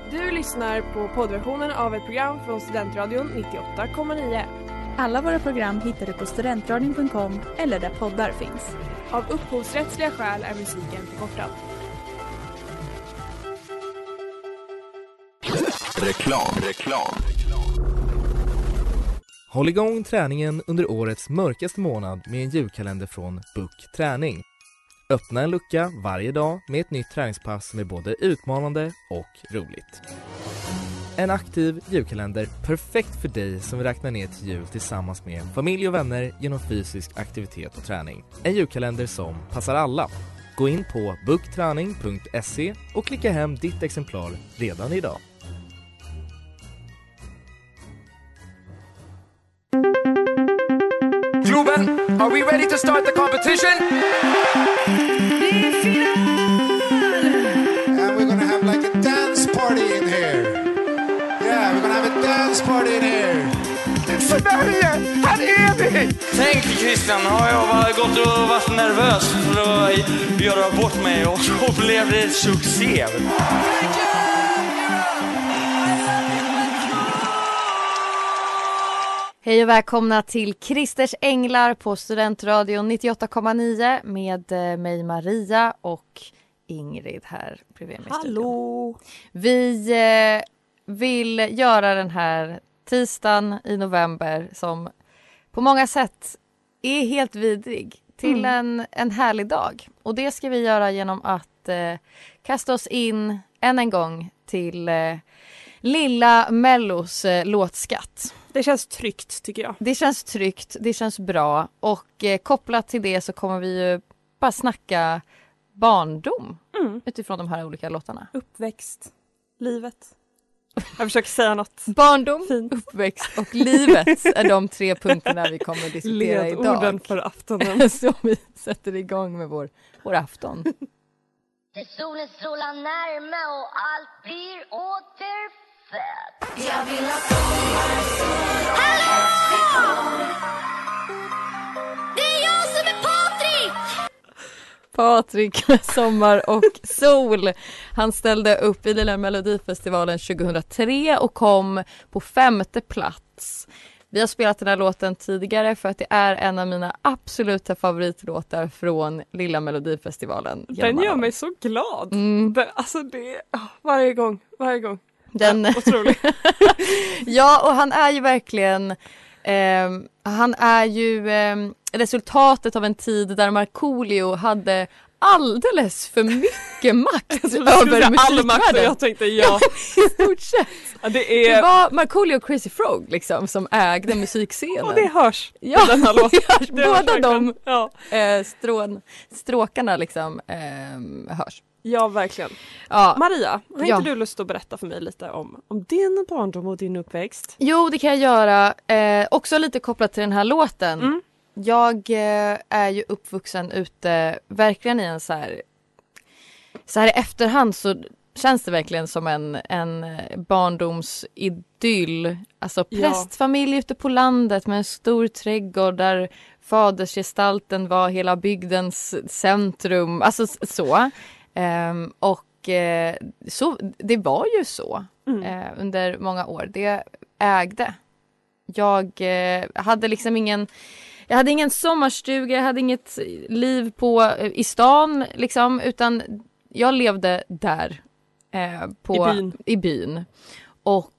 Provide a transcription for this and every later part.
Du lyssnar på poddversionen av ett program från Studentradion 98,9. Alla våra program hittar du på studentradion.com eller där poddar finns. Av upphovsrättsliga skäl är musiken förkortad. Reklam. Håll igång träningen under årets mörkaste månad med en julkalender från Book Träning. Öppna en lucka varje dag med ett nytt träningspass som är både utmanande och roligt. En aktiv julkalender perfekt för dig som vill räkna ner till jul tillsammans med familj och vänner genom fysisk aktivitet och träning. En julkalender som passar alla. Gå in på bookträning.se och klicka hem ditt exemplar redan idag. Globen, are we ready to start the competition? And we're gonna have like a dance party in here. Yeah, we're gonna have a dance party in here. Sverige, här är vi! Tänk Christian, har jag gått och varit nervös för att göra bort mig och så blev det succé. Hej och välkomna till Christers Änglar på Studentradion 98,9 med mig Maria och Ingrid här bredvid mig. Hallå! Vi vill göra den här tisdagen i november som på många sätt är helt vidrig till en härlig dag. Och det ska vi göra genom att kasta oss in än en gång till Lilla Mellos låtskatt. Det känns tryggt tycker jag. Det känns tryggt, det känns bra och kopplat till det så kommer vi ju bara snacka barndom utifrån de här olika låtarna. Uppväxt, livet. Jag försöker säga något. Barndom, fint. Uppväxt och livet är de 3 punkterna vi kommer att diskutera idag. Ledorden för aftonen. Så vi sätter igång med vår afton. Solen strålar närmare och allt blir återfött. Jag vill ha Hallå! Det är jag som är Patrik med Sommar och sol. Han ställde upp i Lilla Melodifestivalen 2003 och kom på 5:e plats. Vi har spelat den här låten tidigare för att det är en av mina absoluta favoritlåtar från Lilla Melodifestivalen. Den gör mig så glad. Alltså det varje gång. Den otrolig. Ja, och han är ju verkligen resultatet av en tid där Markoolio hade alldeles för mycket makt över musikvärlden. Jag tänkte i stort sett. Ja, det var Markoolio och Crazy Frog liksom, som ägde musikscenen. Och det hörs i den här låten. Båda de stråkarna liksom, hörs. Ja, verkligen. Ja. Maria, har inte du lust att berätta för mig lite om din barndom och din uppväxt? Jo, det kan jag göra. Också lite kopplat till den här låten. Jag är ju uppvuxen ute verkligen i en så här i efterhand så känns det verkligen som en barndomsidyll. Alltså prästfamilj ute på landet med en stor trädgård där fadersgestalten var hela bygdens centrum. Alltså så. Så det var ju så under många år. Det ägde. Jag hade liksom jag hade ingen sommarstuga, jag hade inget liv i stan liksom, utan jag levde där i byn. Och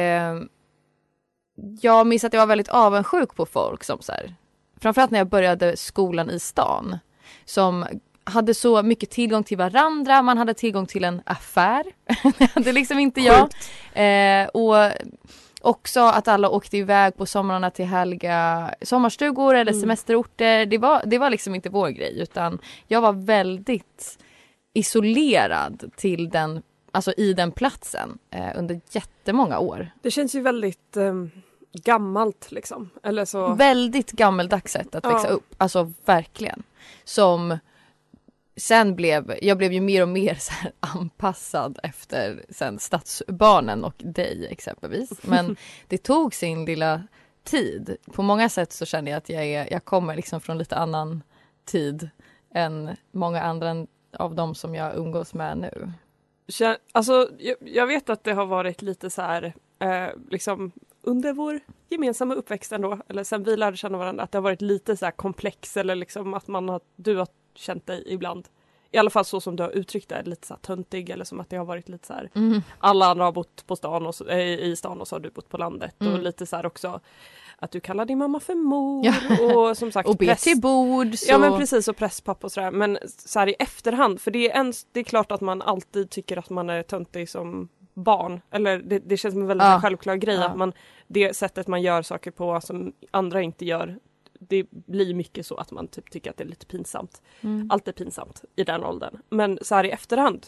jag minns att jag var väldigt avundsjuk på folk som så här, framförallt när jag började skolan i stan, som hade så mycket tillgång till varandra. Man hade tillgång till en affär. Det hade liksom inte jag. Och också att alla åkte iväg på somrarna till härliga sommarstugor eller semesterorter. Det var liksom inte vår grej, utan jag var väldigt isolerad till i den platsen under jättemånga år. Det känns ju väldigt gammalt liksom. Eller så. Väldigt gammaldags sätt att växa upp. Alltså verkligen. Som jag blev ju mer och mer så här anpassad efter sen stadsbarnen och dig exempelvis. Men det tog sin lilla tid. På många sätt så känner jag att jag kommer liksom från lite annan tid än många andra av dem som jag umgås med nu. Alltså, jag vet att det har varit lite så här, liksom under vår gemensamma uppväxt ändå, eller sen vi lärde känna varandra, att det har varit lite så här komplex, eller liksom att du har känt dig ibland, i alla fall så som du har uttryckt det, lite så här töntig, eller som att det har varit lite så här, alla andra har bott på stan och i stan och så har du bott på landet, och lite så här också att du kallar din mamma för mor och som sagt och be till bord. Så... Ja men precis, och presspappa och sådär. Men så här i efterhand, för det är klart att man alltid tycker att man är töntig som barn. Eller det känns som en väldigt självklar grej att det sättet man gör saker på som andra inte gör, det blir mycket så att man typ tycker att det är lite pinsamt. Allt är pinsamt i den åldern. Men så här i efterhand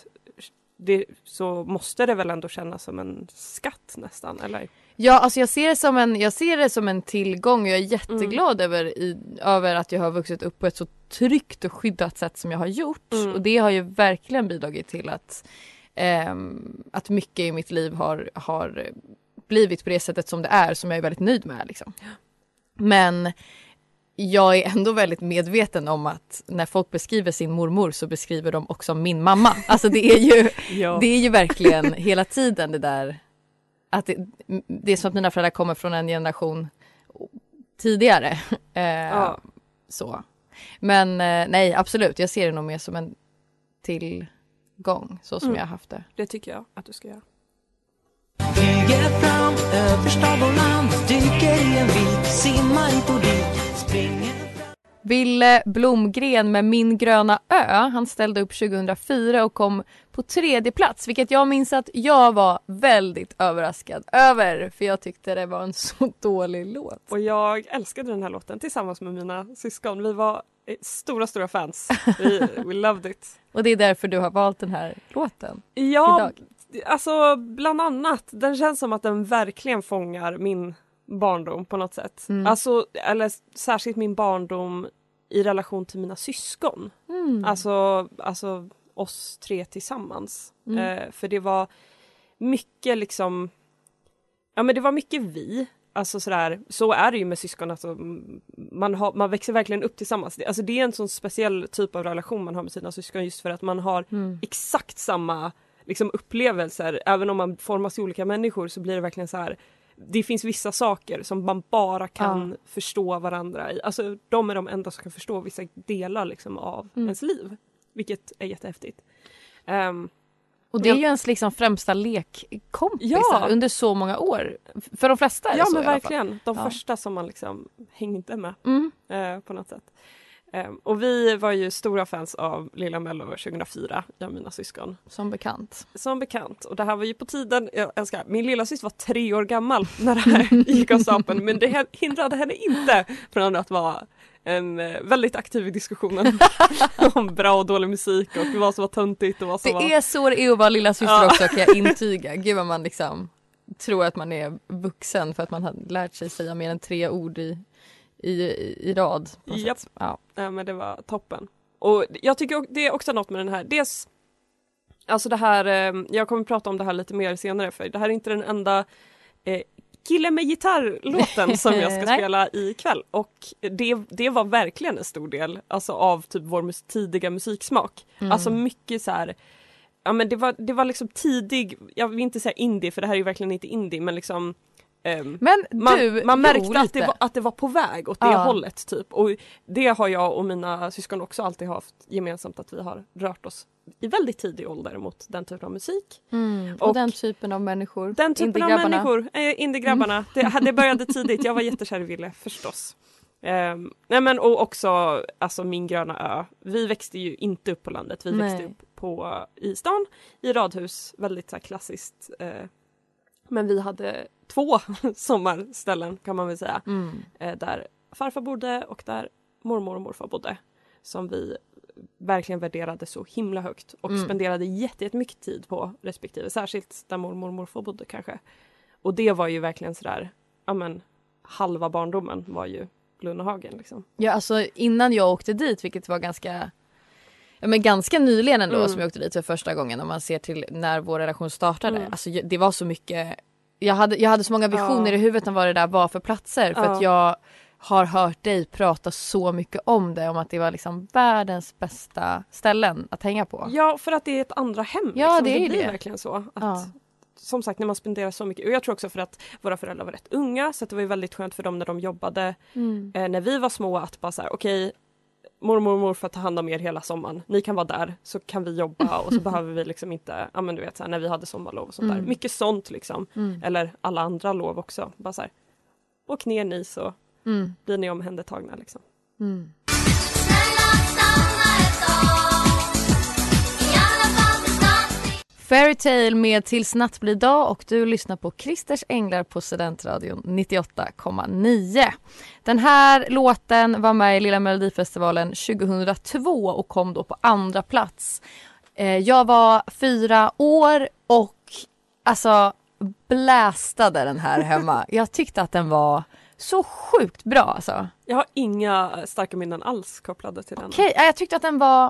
så måste det väl ändå kännas som en skatt nästan, eller? Ja, alltså jag ser det som en tillgång. Jag är jätteglad över att jag har vuxit upp på ett så tryggt och skyddat sätt som jag har gjort. Och det har ju verkligen bidragit till att mycket i mitt liv har blivit på det sättet som det är, som jag är väldigt nöjd med liksom. Men jag är ändå väldigt medveten om att när folk beskriver sin mormor så beskriver de också min mamma. Alltså det är ju verkligen hela tiden det där att det är som att mina föräldrar kommer från en generation tidigare. Så. Men nej, absolut. Jag ser det nog mer som en tillgång så som jag har haft det. Det tycker jag att du ska göra. Flyger fram över stad och land, dyker i en vik, simmar hit och dit, springer. Ville Blomgren med Min gröna ö, han ställde upp 2004 och kom på 3:e plats, vilket jag minns att jag var väldigt överraskad över, för jag tyckte det var en så dålig låt. Och jag älskade den här låten tillsammans med mina syskon. Vi var stora fans. We loved it. Och det är därför du har valt den här låten idag? Ja, alltså bland annat. Den känns som att den verkligen fångar min barndom på något sätt. Alltså, eller särskilt min barndom i relation till mina syskon. Alltså oss tre tillsammans. För det var mycket liksom, ja men det var mycket vi. Alltså sådär, så är det ju med syskon. Alltså, man växer verkligen upp tillsammans. Alltså det är en sån speciell typ av relation man har med sina syskon, just för att man har exakt samma liksom upplevelser. Även om man formas i olika människor så blir det verkligen så här. Det finns vissa saker som man bara kan förstå varandra i. Alltså de är de enda som kan förstå vissa delar liksom av ens liv. Vilket är jättehäftigt. Och det är ju ens liksom främsta lekkompisar under så många år. För de flesta är det så, men i alla verkligen. fall. De första som man liksom hängde med på något sätt. Och vi var ju stora fans av Lilla Mello 2004, jag och mina syskon. Som bekant. Och det här var ju på tiden, jag älskar, min lilla syster var 3 år gammal när det här gick av stapeln. Men det hindrade henne inte från att vara en väldigt aktiv i diskussionen om bra och dålig musik och vad som var töntigt och vad som är så det är att vara lilla syster också, kan jag intyga. Gud vad man liksom tror att man är vuxen för att man har lärt sig säga mer än 3 ord i rad. Japp. Ja, men det var toppen. Och jag tycker det är också något med den här. Dels, alltså det här, jag kommer prata om det här lite mer senare, för det här är inte den enda kille med gitarrlåten som jag ska spela ikväll. Och det var verkligen en stor del alltså, av typ vår tidiga musiksmak. Alltså mycket så här, ja men det var liksom tidig, jag vill inte säga indie för det här är ju verkligen inte indie, men liksom men man märkte att det var på väg åt det hållet typ. Och det har jag och mina syskon också alltid haft gemensamt, att vi har rört oss i väldigt tidig ålder mot den typen av musik. Och den typen av människor. Den typen av människor, indiegrabbarna. Det började tidigt, jag var jättekär i Ville förstås. Nej men och också alltså Min gröna ö. Vi växte ju inte upp på landet, vi växte upp i stan, i radhus, väldigt så här klassiskt. Men vi hade 2 sommarställen kan man väl säga. Där farfar bodde och där mormor och morfar bodde. Som vi verkligen värderade så himla högt. Och spenderade jättemycket tid på respektive. Särskilt där mormor och morfar bodde kanske. Och det var ju verkligen sådär, ja men halva barndomen var ju Lundahagen liksom. Ja, alltså innan jag åkte dit, vilket var ganska nyligen ändå som jag åkte dit för första gången, om man ser till när vår relation startade. Alltså det var så mycket, jag hade så många visioner i huvudet om vad det där var för platser, för att jag har hört dig prata så mycket om det. Om att det var liksom världens bästa ställen att hänga på. Ja, för att det är ett andra hem. Ja, liksom. det är blir det. verkligen så. Att, som sagt, när man spenderar så mycket. Och jag tror också för att våra föräldrar var rätt unga. Så att det var ju väldigt skönt för dem när de jobbade. När vi var små att bara så här, okej, mormor och morfar tar hand om er hela sommaren. Ni kan vara där, så kan vi jobba. Och så behöver vi liksom inte, ja men du vet så här, när vi hade sommarlov och sånt där. Mycket sånt liksom. Eller alla andra lov också. Bara så här, åk ner ni så blir ni omhändertagna liksom. Fairytale med Tills natt blir dag och du lyssnar på Christers Änglar på Studentradion 98,9. Den här låten var med i Lilla Melodifestivalen 2002 och kom då på andra plats. Jag var 4 år och alltså blästade den här hemma. Jag tyckte att den var så sjukt bra alltså. Jag har inga starka minnen alls kopplade till den. Okej, jag tyckte att den var,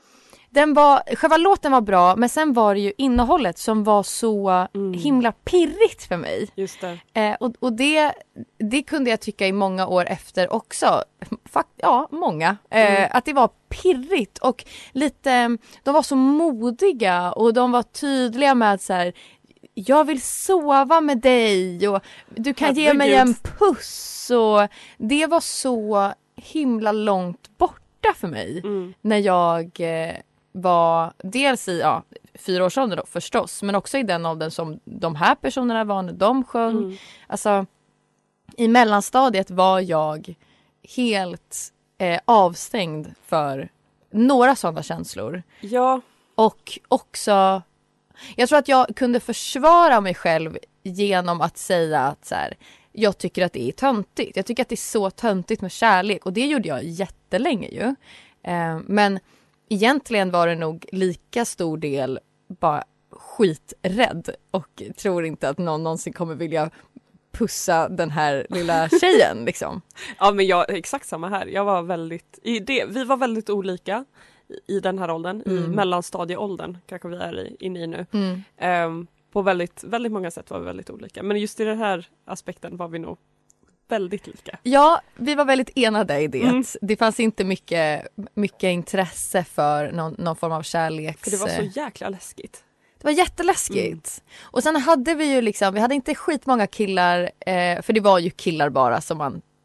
själva låten var bra, men sen var det ju innehållet som var så himla pirrigt för mig. Just det. Och det kunde jag tycka i många år efter också. Många. Att det var pirrigt och lite, de var så modiga och de var tydliga med så här, jag vill sova med dig och du kan ge mig en puss, och det var så himla långt borta för mig när jag var dels i 4-årsåldern då, förstås, men också i den åldern som de här personerna var när de sjöng. Alltså i mellanstadiet var jag helt avstängd för några sådana känslor. Ja. Och också, jag tror att jag kunde försvara mig själv genom att säga att så här, jag tycker att det är töntigt. Jag tycker att det är så töntigt med kärlek. Och det gjorde jag jättelänge ju. Men egentligen var det nog lika stor del bara skiträdd. Och tror inte att någon någonsin kommer vilja pussa den här lilla tjejen liksom. Ja, men jag exakt samma här. Jag var väldigt, vi var väldigt olika i den här åldern. I mellanstadieåldern kanske vi är inne i nu. På väldigt, väldigt många sätt var vi väldigt olika. Men just i den här aspekten var vi nog väldigt lika. Ja, vi var väldigt enade i det. Det fanns inte mycket intresse för någon form av kärleks... För det var så jäkla läskigt. Det var jätteläskigt. Och sen hade vi ju liksom, vi hade inte skitmånga killar, för det var ju killar bara som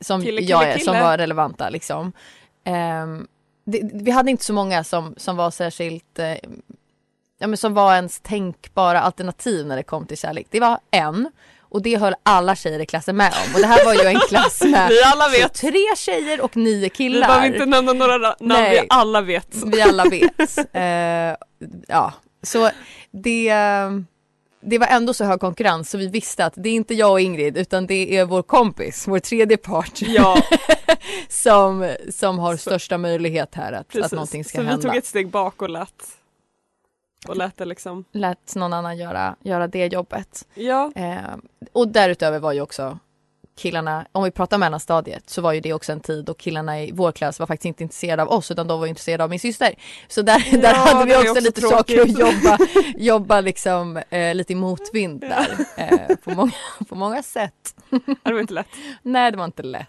var relevanta liksom. Vi hade inte så många som var särskilt som var ens tänkbara alternativ när det kom till kärlek. Det var en, och det höll alla tjejer i klassen med om. Och det här var ju en klass med vi alla vet. 3 tjejer och 9 killar. Vi behöver inte nämna några namn, vi alla vet. Vi alla vet. Så det var ändå så hög konkurrens, så vi visste att det är inte jag och Ingrid, utan det är vår kompis, vår tredje part som har största möjlighet här att någonting ska hända. Så vi tog ett steg bak och lät det liksom. Lät någon annan göra det jobbet. Ja. Och därutöver var ju också killarna, om vi pratar mellanstadiet, så var ju det också en tid då killarna i vår klass var faktiskt inte intresserade av oss, utan de var intresserade av min syster. Så där hade vi också lite saker att jobba liksom lite i motvind där på många sätt. Det var inte lätt. Nej, det var inte lätt.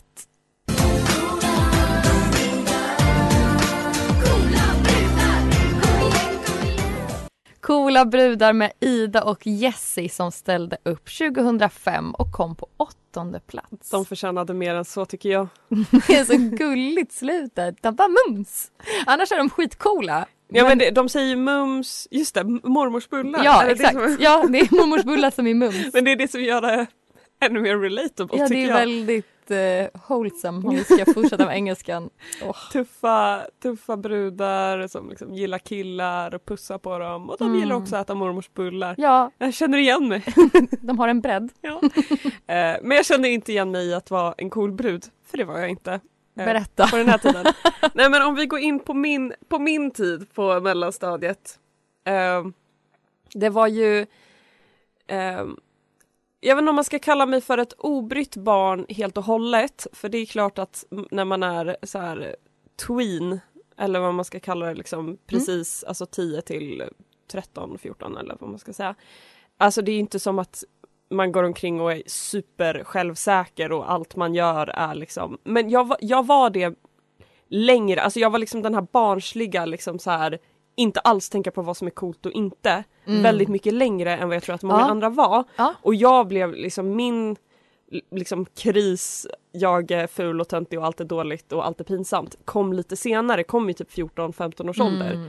Coola brudar med Ida och Jessie som ställde upp 2005 och kom på 8:e plats. De förtjänade mer än så, tycker jag. Det är så gulligt slutet. De bara mums. Annars är de skitcoola. Ja, men de säger mums, just det, mormors bullar. Ja, exakt. Ja, det är mormors bullar som är mums. Men det är det som gör det ännu mer relatable, ja, tycker jag. Ja, det är väldigt wholesome om vi ska fortsätta med engelskan. Tuffa brudar som liksom gillar killar och pussar på dem. Och de gillar också att äta mormors bullar. Ja. Jag känner igen mig. De har en bredd. Ja. Men jag kände inte igen mig i att vara en cool brud. För det var jag inte. Berätta. På den här tiden. Nej, men om vi går in på min tid på mellanstadiet. Det var ju... jag vet inte om man ska kalla mig för ett obrytt barn helt och hållet. För det är klart att när man är så här tween, eller vad man ska kalla det, liksom precis alltså 10 till 13, 14 eller vad man ska säga. Alltså det är inte som att man går omkring och är super självsäker och allt man gör är liksom, men jag var det längre, alltså jag var liksom den här barnsliga liksom så här, inte alls tänka på vad som är coolt och inte, väldigt mycket längre än vad jag tror att många andra var. Och jag blev liksom min liksom kris, jag är ful och töntig och allt är dåligt och allt är pinsamt, kom lite senare, kom i typ 14-15 års ålder.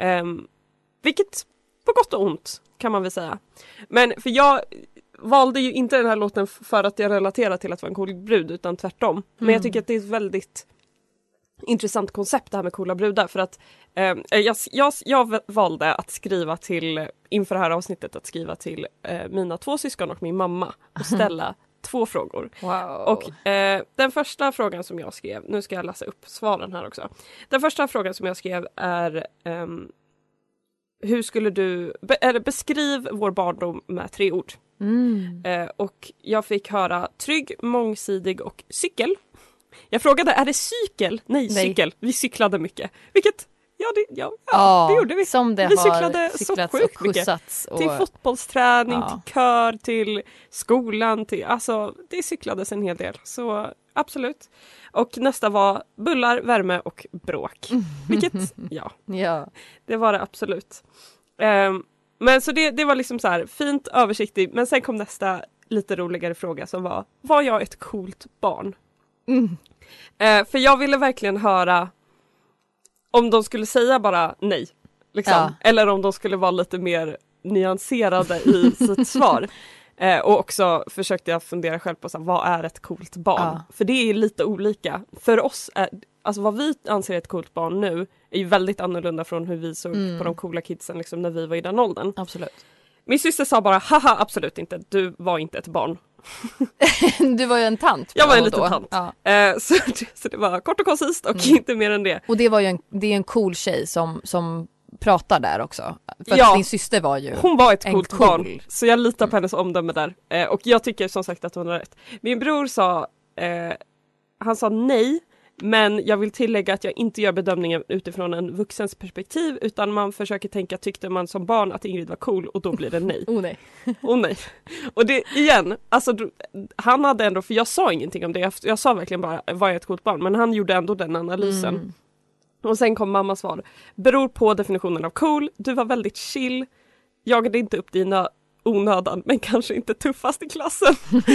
Vilket på gott och ont kan man väl säga. Men för jag valde ju inte den här låten för att jag relaterar till att vara en cool brud, utan tvärtom. Men jag tycker att det är ett väldigt intressant koncept det här med coola brudar, för att jag valde att skriva till, inför det här avsnittet, att skriva till mina 2 syskon och min mamma och ställa 2 frågor. Wow. Och den första frågan som jag skrev, nu ska jag läsa upp svaren här också. Den första frågan som jag skrev är hur skulle du beskriv vår barndom med 3 ord. Och jag fick höra trygg, mångsidig och cykel. Jag frågade, är det cykel? Nej, cykel. Vi cyklade mycket. Vilket, det gjorde vi. Som det vi har cyklade cyklats så sjukt och skjutsats. mycket. Till fotbollsträning, till kör, till skolan. Alltså, det cyklades en hel del. Så absolut. Och nästa var bullar, värme och bråk. Vilket, det var det absolut. Men så det var liksom så här fint, översiktligt. Men sen kom nästa lite roligare fråga som var jag ett coolt barn? För jag ville verkligen höra om de skulle säga bara nej. Liksom. Eller om de skulle vara lite mer nyanserade i sitt svar. Och också försökte jag fundera själv på så här, vad är ett coolt barn? För det är lite olika. För oss, alltså vad vi anser ett coolt barn nu är ju väldigt annorlunda från hur vi såg på de coola kidsen liksom, när vi var i den åldern. Absolut. Min syster sa bara, haha, absolut inte. Du var inte ett barn. Du var ju en tant. Jag var en liten tant. Så det var kort och koncist och inte mer än det. Och det var ju det är en cool tjej som pratar där också. För att din syster var ju hon var ett coolt barn. Så jag litar på hennes omdöme där. Och jag tycker som sagt att hon har rätt. Min bror sa, han sa nej. Men jag vill tillägga att jag inte gör bedömningen utifrån en vuxens perspektiv, utan man försöker tänka, tyckte man som barn att Ingrid var cool, och då blir det nej. Nej. Och det igen, alltså han hade ändå, för jag sa ingenting om det, jag sa verkligen bara, var jag ett coolt barn? Men han gjorde ändå den analysen. Och sen kom mammas svar. Beror på definitionen av cool, du var väldigt chill, jagade inte upp dina onödan, men kanske inte tuffast i klassen.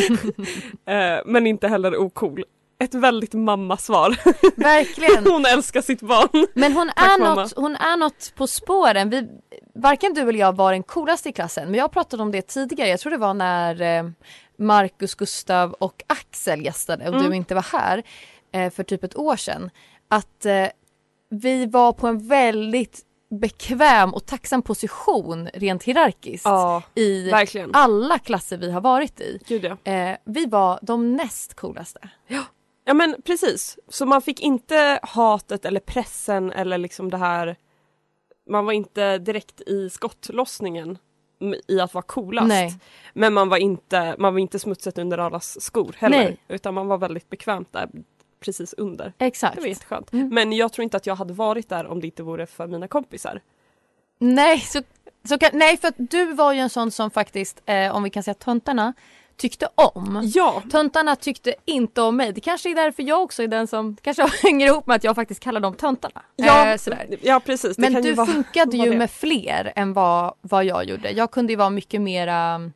Men inte heller ocool. Ett väldigt mammasvar. Verkligen. Hon älskar sitt barn. Men hon är något på spåren. Varken du eller jag var den coolaste i klassen. Men jag pratade om det tidigare. Jag tror det var när Marcus, Gustav och Axel gästade. Och du inte var här för typ ett år sedan. Att vi var på en väldigt bekväm och tacksam position rent hierarkiskt i verkligen alla klasser vi har varit i. Gud, ja. Vi var de näst coolaste. Ja men precis, så man fick inte hatet eller pressen eller liksom det här, man var inte direkt i skottlossningen i att vara coolast. Nej. Men man var inte smutset under allas skor heller. Nej. Utan man var väldigt bekvämt där precis under. Exakt. Det var jätteskönt. Men jag tror inte att jag hade varit där om det inte vore för mina kompisar. Nej, nej, för att du var ju en sån som faktiskt, om vi kan säga töntarna, tyckte om. Ja. Töntarna tyckte inte om mig. Det kanske är därför jag också är den som kanske hänger ihop med att jag faktiskt kallar dem töntarna. Ja, precis. Det men kan du ju vara, funkade ju med fler än vad jag gjorde. Jag kunde ju vara mycket mera...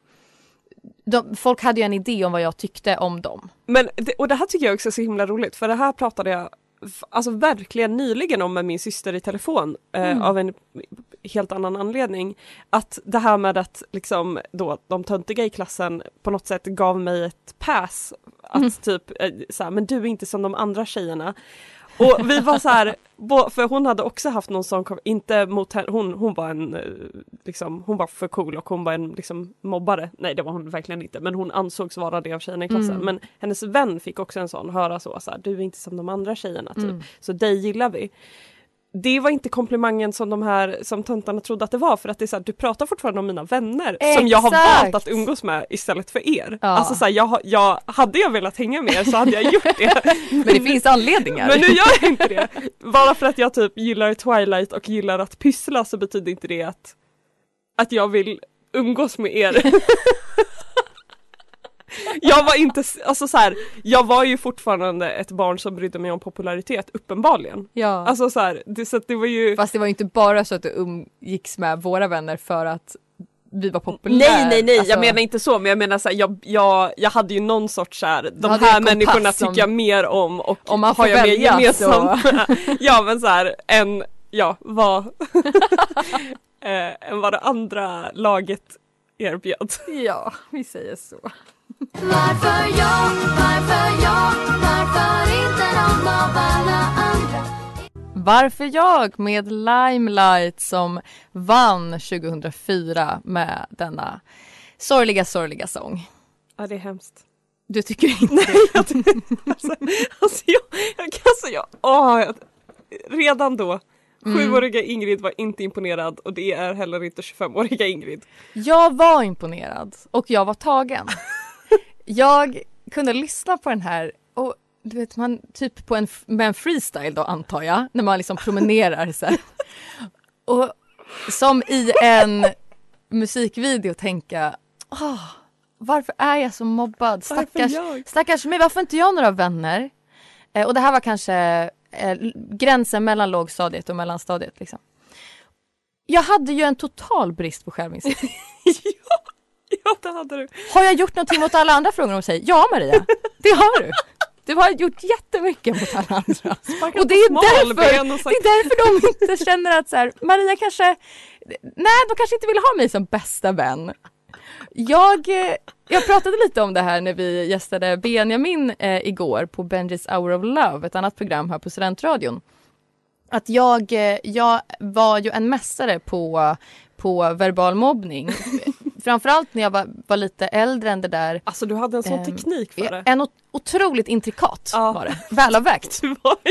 folk hade ju en idé om vad jag tyckte om dem. Men och det här tycker jag också är så himla roligt. För det här pratade jag alltså verkligen nyligen om med min syster i telefon av en helt annan anledning. Att det här med att liksom då de töntiga i klassen på något sätt gav mig ett pass att typ så här, men du är inte som de andra tjejerna. Och vi var så här, för hon hade också haft någon sån, inte mot henne, hon var en liksom, hon var för cool och hon var en liksom mobbare. Nej, det var hon verkligen inte, men hon ansågs vara det av tjejerna i klassen. Men hennes vän fick också en sån, höra så här, du är inte som de andra tjejerna typ. Så dig gillar vi. Det var inte komplimangen som töntarna trodde att det var, för att det är så här, du pratar fortfarande om mina vänner. Exakt. Som jag har valt att umgås med istället för er. Ja. Alltså så här, hade jag velat hänga med er så hade jag gjort det. Men det finns anledningar. Men nu gör jag inte det. Bara för att jag typ gillar Twilight och gillar att pyssla, så betyder inte det att jag vill umgås med er. jag var inte, alltså så här, jag var ju fortfarande ett barn som brydde mig om popularitet, uppenbarligen. Ja. Alltså så här, det var ju... Fast det var ju inte bara så att du umgicks med våra vänner för att vi var populära. Nej, alltså... jag menar inte så, men jag menar så här, jag hade ju någon sorts så här, de här människorna tycker jag mer om och om man får har jag mer välja, gemensamt. Ja, men så här, än vad det andra laget erbjöd. Ja, vi säger så. Varför inte någon av alla andra? Varför jag med Limelight som vann 2004 med denna sorgliga sång. Ja, det är hemskt. Du tycker inte? Nej, redan då 7-åriga Ingrid var inte imponerad och det är heller inte 25-åriga Ingrid. Jag var imponerad och jag var tagen. Jag kunde lyssna på den här och du vet man typ med en freestyle då antar jag när man liksom promenerar så här. Och som i en musikvideo tänka varför är jag så mobbad? Stackars mig, varför inte jag några vänner? Och det här var kanske gränsen mellan lågstadiet och mellanstadiet liksom. Jag hade ju en total brist på självinsikt. Ja, det hade du. Har jag gjort någonting mot alla andra, frågar de sig. Ja, Maria, det har du. Du har gjort jättemycket mot alla andra. Och det är därför de inte känner att så här, Maria kanske, de kanske inte vill ha mig som bästa vän. Jag pratade lite om det här när vi gästade Benjamin igår på Benjis Hour of Love, ett annat program här på Studentradion. Att jag var ju en mästare på verbal mobbning. Framförallt när jag var lite äldre än det där. Alltså du hade en sån teknik för det. En otroligt intrikat var det. Välavvägt.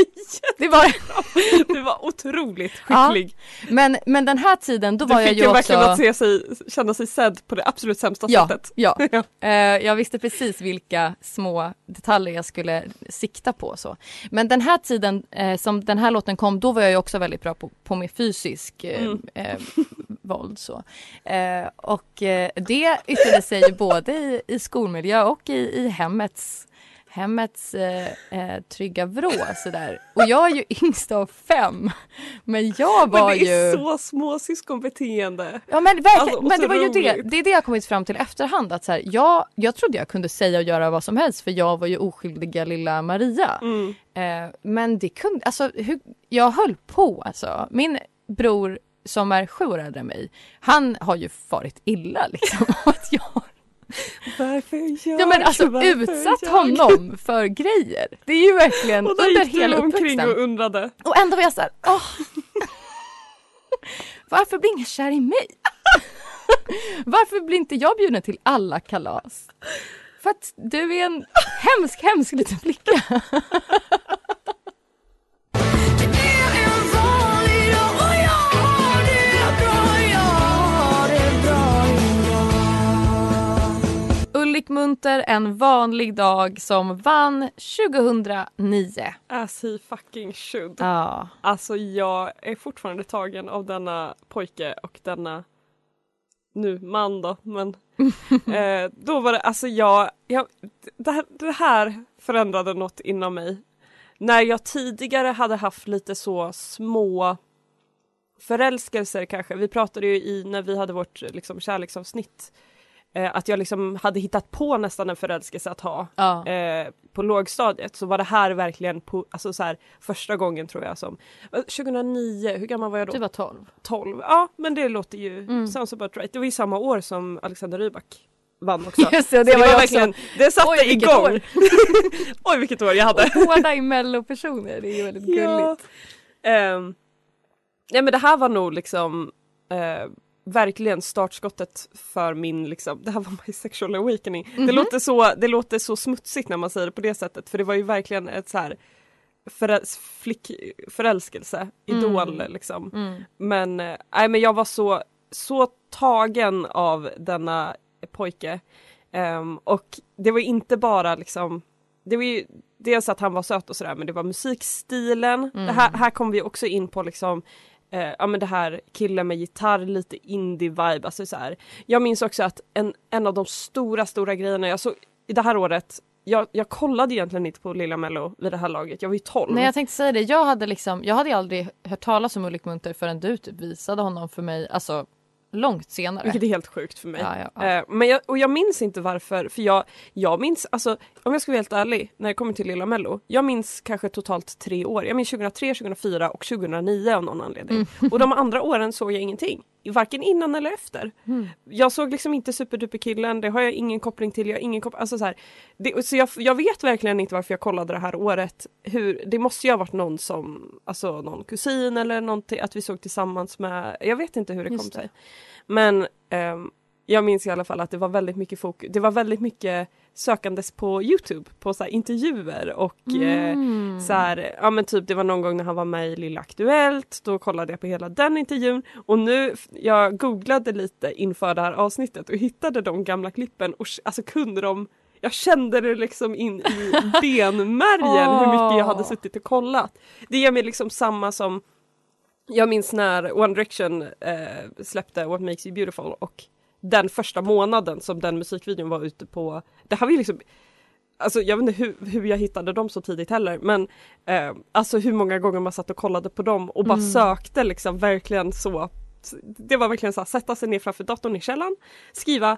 Du var otroligt skicklig. Ja. Men den här tiden då var jag ju också... Du fick ju verkligen att känna sig sedd på det absolut sämsta sättet. Ja. Jag visste precis vilka små detaljer jag skulle sikta på. Så. Men den här tiden som den här låten kom, då var jag ju också väldigt bra på mer fysisk våld. Så. Och det yttrade sig ju både i skolmiljö och i hemmets trygga vrå sådär. Och jag är ju yngst av 5. Men jag var ju... Men det är så små syskonbeteende. Ja men verkligen, alltså, men det var ju roligt. det är det jag kommit fram till efterhand att så här, jag trodde jag kunde säga och göra vad som helst för jag var ju oskyldiga lilla Maria. Men det kunde, alltså jag höll på alltså. Min bror som är 7 år äldre än mig, han har ju farit illa liksom att jag utsatt honom för grejer. Det är ju verkligen och under hela uppväxten. Och undrade. Och ändå var jag så här, varför blir ingen kär i mig? Varför blir inte jag bjuden till alla kalas? För att du är en hemsk liten flicka. Ulrik Munter, En vanlig dag, som vann 2009. As he fucking should. Ja. Alltså jag är fortfarande tagen av denna pojke och denna nu man då. Men då var det, alltså det här förändrade något inom mig. När jag tidigare hade haft lite så små förälskelser kanske. Vi pratade ju när vi hade vårt liksom kärleksavsnitt. Att jag liksom hade hittat på nästan en förälskelse att ha på lågstadiet, så var det här verkligen alltså så här, första gången tror jag som 2009, hur gammal var jag då? Du var 12. Ja, men det låter ju sounds about right. Det var ju samma år som Alexander Rybak vann också. Just det var verkligen också... det satte igång. Oj, vilket år jag hade. Och båda i mellopersoner, det är ju väldigt gulligt. Nej, men det här var nog liksom verkligen startskottet för min liksom, det här var my sexual awakening. Det låter så smutsigt när man säger det på det sättet, för det var ju verkligen ett så här förälskelse, idol liksom. Men men jag var så tagen av denna pojke. Och det var inte bara liksom, det var ju dels att han var söt och sådär, men det var musikstilen. Det här kom vi också in på liksom. Men det här killen med gitarr, lite indie-vibe, alltså så här. Jag minns också att en av de stora grejerna, jag det här året, jag kollade egentligen inte på Lilla Mello vid det här laget. Jag var ju 12. Nej, jag tänkte säga det. Jag hade aldrig hört talas om Ulrik Munther förrän du typ visade honom för mig, alltså långt senare. Vilket är helt sjukt för mig. Ja. Men jag minns inte varför. För jag minns, alltså om jag ska vara helt ärlig, när jag kommer till Lilla Mello. Jag minns kanske totalt 3 år. Jag minns 2003, 2004 och 2009 av någon anledning. Och de andra åren såg jag ingenting. Varken innan eller efter. Jag såg liksom inte Superduper-killen. Det har jag ingen koppling till. Jag har ingen alltså så här, så jag vet verkligen inte varför jag kollade det här året. Det måste ju ha varit någon som, alltså någon kusin eller någonting, att vi såg tillsammans med, jag vet inte hur det kom sig. Men jag minns i alla fall att det var väldigt mycket fokus. Det var väldigt mycket sökandes på YouTube på så här intervjuer och så här, ja men typ det var någon gång när han var med i Lilla Aktuellt, då kollade jag på hela den intervjun och nu jag googlade lite inför det här avsnittet och hittade de gamla klippen och alltså kunde de, jag kände det liksom in i benmärgen hur mycket jag hade suttit och kollat. Det ger mig liksom samma som jag minns när One Direction släppte What Makes You Beautiful och den första månaden som den musikvideon var ute på, det har vi liksom, alltså jag vet inte hur jag hittade dem så tidigt heller, men alltså hur många gånger man satt och kollade på dem och bara sökte liksom verkligen så, det var verkligen så här, sätta sig ner framför datorn i källaren, skriva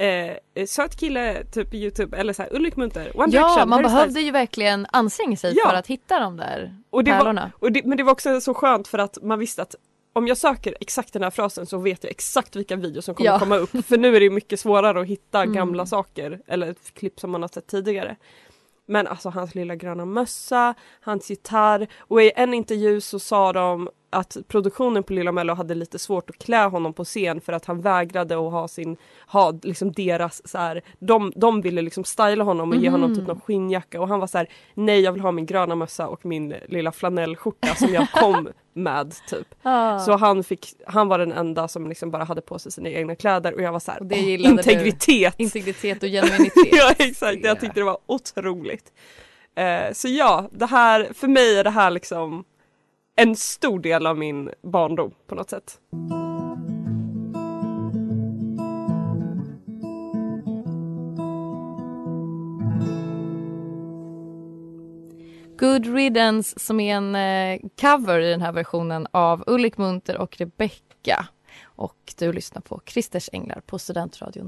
söt kille typ på YouTube eller så här Ulrik Munther, One Direction. Ja, man behövde ju verkligen anstränga sig för att hitta de där pärlorna. Men det var också så skönt för att man visste att om jag söker exakt den här frasen så vet jag exakt vilka videos som kommer komma upp. För nu är det mycket svårare att hitta gamla saker eller klipp som man har sett tidigare. Men alltså hans lilla gröna mössa, hans gitarr, och i en intervju så sa de att produktionen på Lilla Mello hade lite svårt att klä honom på scen för att han vägrade att ha liksom deras så här, de ville liksom styla honom och ge honom typ någon skinnjacka och han var så här: nej, jag vill ha min gröna mössa och min lilla flanellskjorta som jag kom med typ. Så han var den enda som liksom bara hade på sig sina egna kläder och jag var så här, integritet och genuinitet. Ja, exakt. Jag tyckte det var otroligt. Så ja, det här för mig är det här liksom en stor del av min barndom på något sätt. Good Riddance som är en cover i den här versionen av Ulrik Munther och Rebecca. Och du lyssnar på Christers Änglar på Studentradion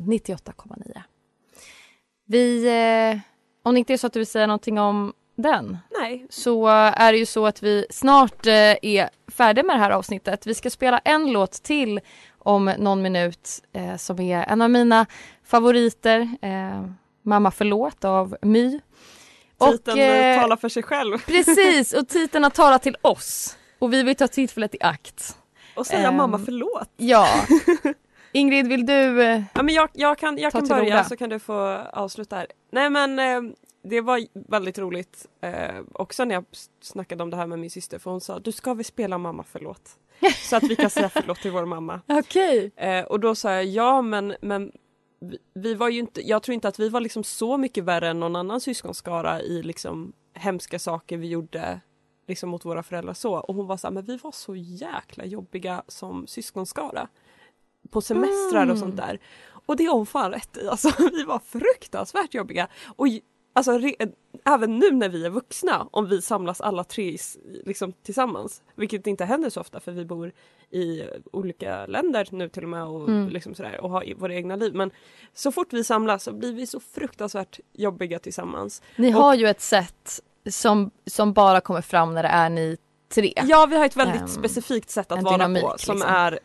98,9. Om det inte är så att du vill säga någonting om den. Nej. Så är det ju så att vi snart är färdiga med det här avsnittet. Vi ska spela en låt till om någon minut som är en av mina favoriter. Mamma förlåt av My. Titeln talar för sig själv. Precis, och titeln har talat till oss. Och vi vill ta tillfället i akt. Och säga mamma förlåt. Ja. Ingrid, vill du ja, men jag kan börja så kan du få avsluta här. Nej men det var väldigt roligt också när jag snackade om det här med min syster, för hon sa, du ska väl spela mamma förlåt. Så att vi kan säga förlåt till vår mamma. Okej. Och då sa jag, ja men vi var ju inte, jag tror inte att vi var liksom så mycket värre än någon annan syskonskara i liksom hemska saker vi gjorde liksom mot våra föräldrar så. Och hon var så här, men vi var så jäkla jobbiga som syskonskara på semestrar och sånt där. Och det är hon fan rätt i. Alltså vi var fruktansvärt jobbiga. Och alltså även nu när vi är vuxna, om vi samlas alla tre liksom tillsammans, vilket inte händer så ofta för vi bor i olika länder nu till och med och liksom sådär, och har våra egna liv, men så fort vi samlas så blir vi så fruktansvärt jobbiga tillsammans. Ni har ju ett sätt som bara kommer fram när det är ni tre. Ja, vi har ett väldigt specifikt sätt att vara dynamik, på som liksom är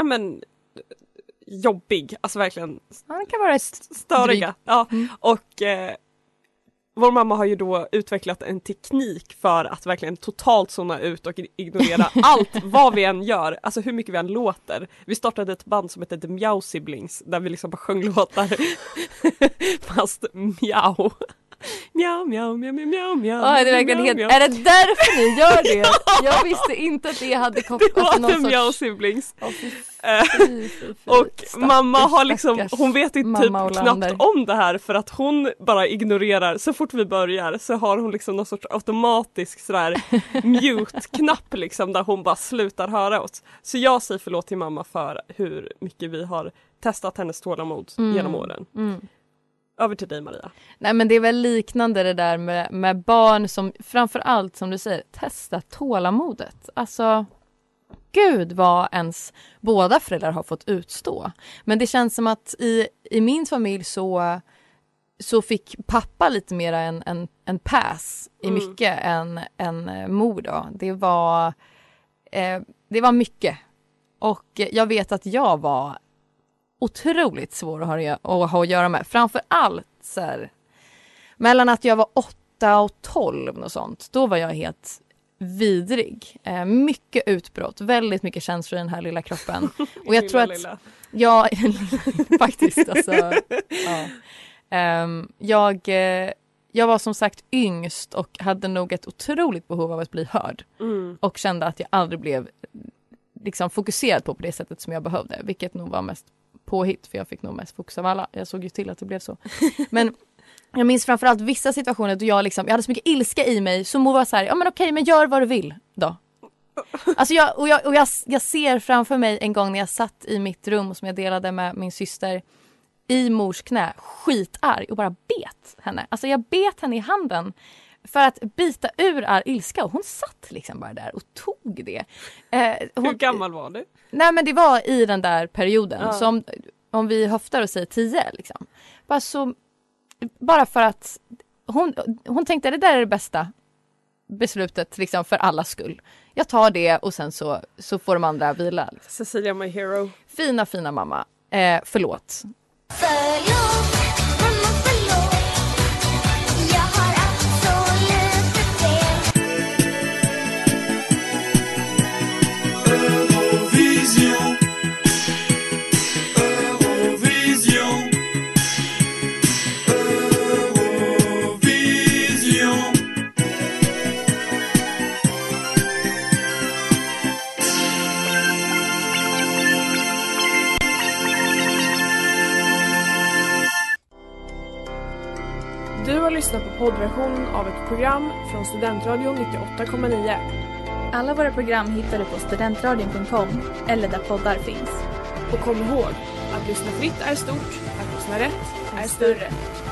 jobbig, alltså verkligen. Ja, det kan vara störiga. Ja. Och vår mamma har ju då utvecklat en teknik för att verkligen totalt zona ut och ignorera allt vad vi än gör, alltså hur mycket vi än låter. Vi startade ett band som heter The Meow Siblings där vi liksom bara sjöng låtar fast mjau. Mjau, mjau, mjau, mjau, mjau. Ja, det är verkligen helt... Är det därför ni gör det? Jag visste inte att det hade kopplat till någon sorts... Det var The Meow Siblings. Och mamma har liksom, hon vet inte typ knappt om det här för att hon bara ignorerar. Så fort vi börjar så har hon liksom någon sorts automatisk sådär mute-knapp liksom där hon bara slutar höra oss. Så jag säger förlåt till mamma för hur mycket vi har testat hennes tålamod genom åren. Över till dig, Maria. Nej, men det är väl liknande det där med barn som framförallt, som du säger, testa tålamodet. Alltså, gud vad ens båda föräldrar har fått utstå. Men det känns som att i min familj så fick pappa lite mer en pass i mycket än mor då. Det var mycket. Och jag vet att jag var otroligt svår att ha att göra med. Framförallt så här, mellan att jag var 8 och 12 och sånt. Då var jag helt vidrig. Mycket utbrott. Väldigt mycket känslor i den här lilla kroppen. Och jag tror att... Ja, faktiskt. Alltså, ja. Jag var som sagt yngst och hade nog ett otroligt behov av att bli hörd. Och kände att jag aldrig blev liksom fokuserad på det sättet som jag behövde. Vilket nog var mest påhitt, för jag fick nog mest fokus av alla. Jag såg ju till att det blev så. Men jag minns framförallt vissa situationer då jag hade så mycket ilska i mig. Så må vara så här, ja men okej, men gör vad du vill då. Alltså jag ser framför mig en gång när jag satt i mitt rum som jag delade med min syster i mors knä, skitarg, och bara bet henne. Alltså jag bet henne i handen för att bita ur all ilska, och hon satt liksom bara där och tog det. Hur gammal var du? Nej, men det var i den där perioden som, om vi höftar och säger 10 liksom. Bara för att hon tänkte det där är det bästa beslutet liksom för alla skull. Jag tar det och sen så får de andra vila. Liksom. Cecilia, my hero. Fina mamma. Förlåt. Du har lyssnat på poddversionen av ett program från Studentradion 98,9. Alla våra program hittar du på studentradion.com eller där poddar finns. Och kom ihåg, att lyssna fritt är stort, att lyssna rätt är större.